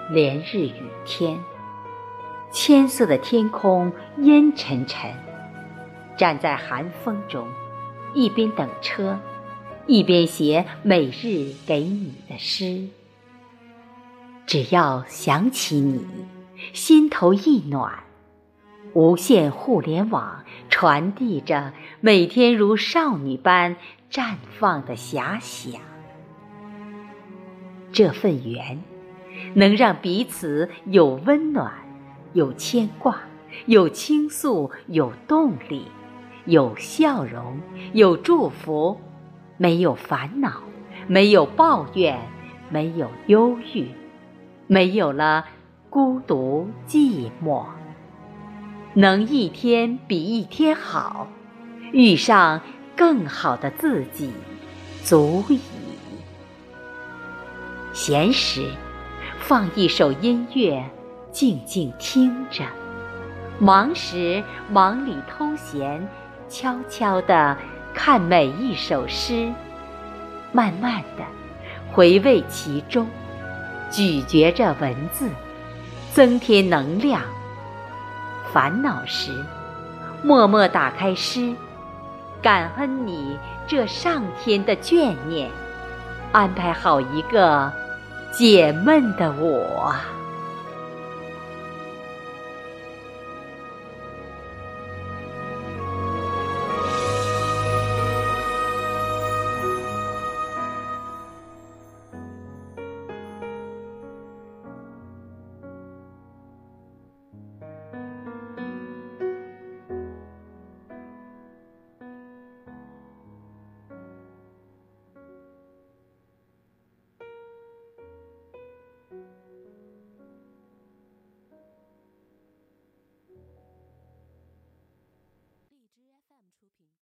连日雨天，铅色的天空阴沉沉，站在寒风中，一边等车，一边写每日给你的诗。只要想起你，心头一暖，无线互联网传递着每天如少女般绽放的遐想。这份缘能让彼此有温暖，有牵挂，有倾诉，有动力，有笑容，有祝福，没有烦恼，没有抱怨，没有忧郁，没有了孤独寂寞，能一天比一天好，遇上更好的自己足矣。闲时放一首音乐，静静听着；忙时忙里偷闲，悄悄地看每一首诗，慢慢地回味其中，咀嚼着文字，增添能量。烦恼时默默打开诗，感恩你这上天的眷念，安排好一个解闷的我。